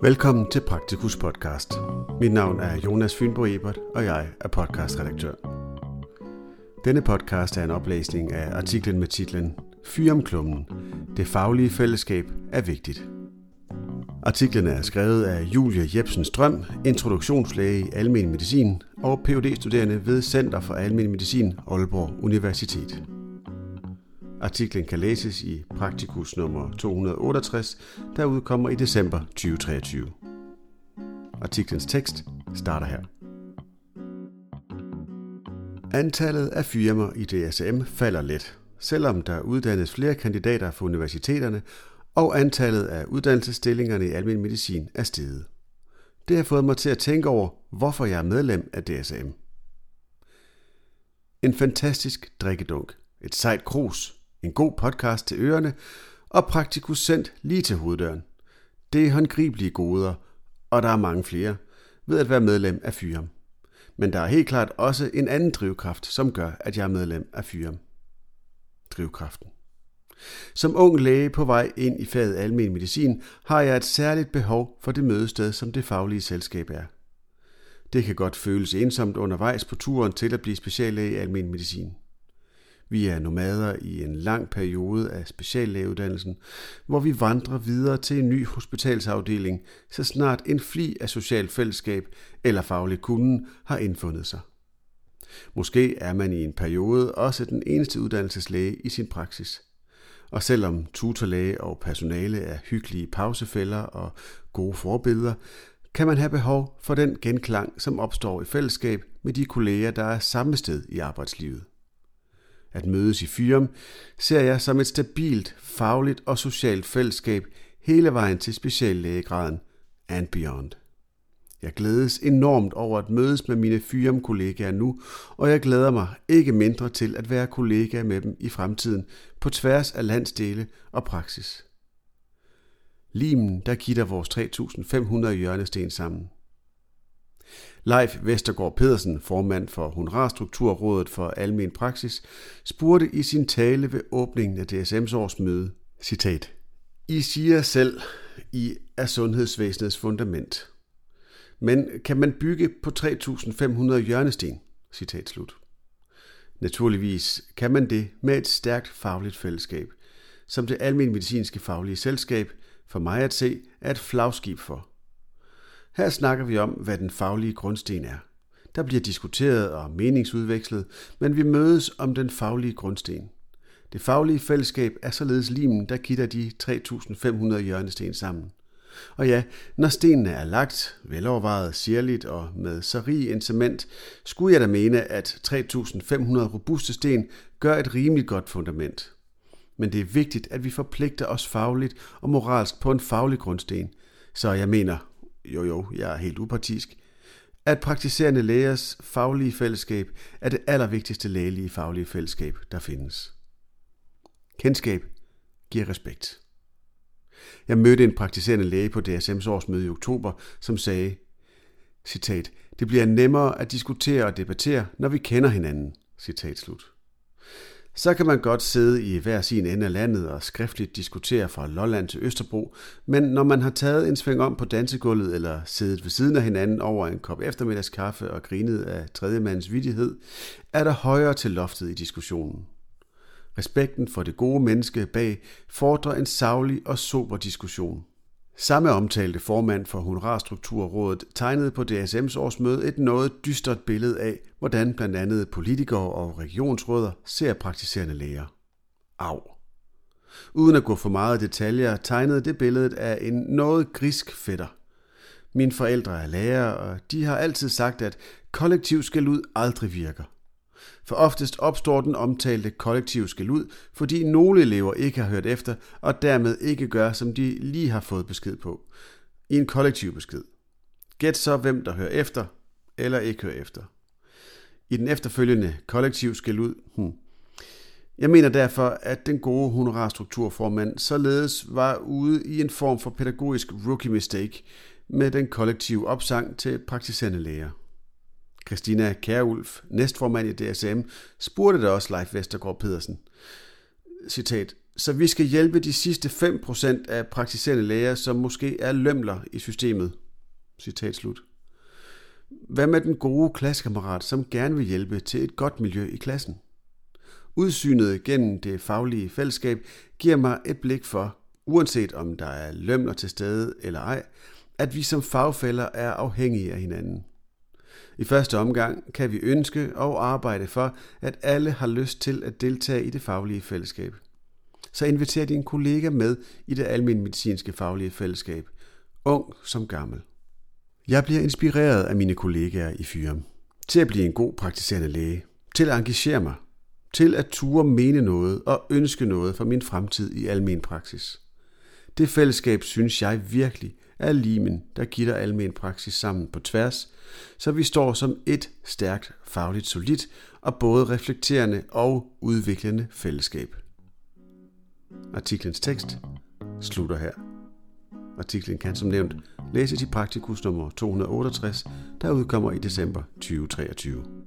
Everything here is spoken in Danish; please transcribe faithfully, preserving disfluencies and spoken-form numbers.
Velkommen til Praktikus podcast. Mit navn er Jonas Fynbo Ebert, og jeg er podcastredaktør. Denne podcast er en oplæsning af artiklen med titlen Fyrumklummen. Det faglige fællesskab er vigtigt. Artiklen er skrevet af Julie Jepsen Strøm, introduktionslæge i almen medicin og P H D-studerende ved Center for Almen Medicin, Aalborg Universitet. Artiklen kan læses i Praktikus nummer to hundrede og otteogtres, der udkommer i december tyve treogtyve. Artiklens tekst starter her. Antallet af firmaer i D S M falder let, selvom der uddannes flere kandidater fra universiteterne, og antallet af uddannelsesstillingerne i almen medicin er steget. Det har fået mig til at tænke over, hvorfor jeg er medlem af D S M. En fantastisk drikkedunk, et sejt krus, en god podcast til ørerne og Praktikus sendt lige til hoveddøren. Det er håndgribelige goder, og der er mange flere, ved at være medlem af Fyrum. Men der er helt klart også en anden drivkraft, som gør, at jeg er medlem af Fyrum. Drivkraften. Som ung læge på vej ind i faget almen medicin, har jeg et særligt behov for det mødested, som det faglige selskab er. Det kan godt føles ensomt undervejs på turen til at blive speciallæge i almen medicin. Vi er nomader i en lang periode af speciallægeuddannelsen, hvor vi vandrer videre til en ny hospitalsafdeling, så snart en fli af socialt fællesskab eller faglig kunden har indfundet sig. Måske er man i en periode også den eneste uddannelseslæge i sin praksis. Og selvom tutorlæge og personale er hyggelige pausefælder og gode forbilleder, kan man have behov for den genklang, som opstår i fællesskab med de kolleger, der er samme sted i arbejdslivet. At mødes i Fyrum ser jeg som et stabilt, fagligt og socialt fællesskab hele vejen til speciallægegraden and beyond. Jeg glædes enormt over at mødes med mine Fyrum-kollegaer nu, og jeg glæder mig ikke mindre til at være kollega med dem i fremtiden på tværs af landsdele og praksis. Limen, der kitter vores tre tusind fem hundrede hjørnesten sammen. Leif Vestergaard Pedersen, formand for Honorarstrukturrådet for Almen Praksis, spurgte i sin tale ved åbningen af D S M's årsmøde, citat, I siger selv, I er sundhedsvæsenets fundament. Men kan man bygge på tre tusind fem hundrede hjørnesten? Citat slut. Naturligvis kan man det med et stærkt fagligt fællesskab, som det almenmedicinske faglige selskab for mig at se er et flagskib for. Her snakker vi om, hvad den faglige grundsten er. Der bliver diskuteret og meningsudvekslet, men vi mødes om den faglige grundsten. Det faglige fællesskab er således limen, der kitter de tre tusind fem hundrede hjørnesten sammen. Og ja, når stenene er lagt, velovervejet, sirligt og med så rig en cement, skulle jeg da mene, at tre tusind fem hundrede robuste sten gør et rimeligt godt fundament. Men det er vigtigt, at vi forpligter os fagligt og moralsk på en faglig grundsten. Så jeg mener, jo jo, jeg er helt upartisk, at praktiserende lægers faglige fællesskab er det allervigtigste lægelige faglige fællesskab, der findes. Kendskab giver respekt. Jeg mødte en praktiserende læge på D S M's årsmøde i oktober, som sagde, citat, det bliver nemmere at diskutere og debattere, når vi kender hinanden, citat slut. Så kan man godt sidde i hver sin ende af landet og skriftligt diskutere fra Lolland til Østerbro, men når man har taget en sving om på dansegulvet eller siddet ved siden af hinanden over en kop eftermiddagskaffe og grinet af tredjemands vittighed, er der højere til loftet i diskussionen. Respekten for det gode menneske bag fordrer en saglig og sober diskussion. Samme omtalte formand for Honorarstrukturrådet tegnede på D S M's årsmøde et noget dystert billede af, hvordan blandt andet politikere og regionsrødder ser praktiserende læger. Au. Uden at gå for meget detaljer, tegnede det billedet af en noget grisk fætter. Mine forældre er lærere, og de har altid sagt, at kollektiv skældud aldrig virker. For oftest opstår den omtalte kollektiv skældud, fordi nogle elever ikke har hørt efter, og dermed ikke gør, som de lige har fået besked på. I en kollektiv besked. Gæt så, hvem der hører efter, eller ikke hører efter. I den efterfølgende kollektiv skældud. Hmm. Jeg mener derfor, at den gode honorarstrukturformand således var ude i en form for pædagogisk rookie mistake med den kollektive opsang til praktiserende læger. Christina Kjærulf, næstformand i D S M, spurgte da også Leif Vestergaard Pedersen. Citat, Så vi skal hjælpe de sidste fem procent af praktiserende læger, som måske er lømler i systemet. Citat slut. Hvad med den gode klassekammerat, som gerne vil hjælpe til et godt miljø i klassen? Udsynet gennem det faglige fællesskab giver mig et blik for, uanset om der er lømler til stede eller ej, at vi som fagfæller er afhængige af hinanden. I første omgang kan vi ønske og arbejde for, at alle har lyst til at deltage i det faglige fællesskab. Så inviter din kollega med i det almenmedicinske faglige fællesskab, ung som gammel. Jeg bliver inspireret af mine kollegaer i Fyrum, til at blive en god praktiserende læge, til at engagere mig, til at ture mene noget og ønske noget for min fremtid i almen praksis. Det fællesskab synes jeg virkelig er limen, der gitter almen praksis sammen på tværs, så vi står som et stærkt, fagligt solidt og både reflekterende og udviklende fællesskab. Artiklens tekst slutter her. Artiklen kan som nævnt læses i Praktikus nummer to hundrede og otteogtres, der udkommer i december tyve treogtyve.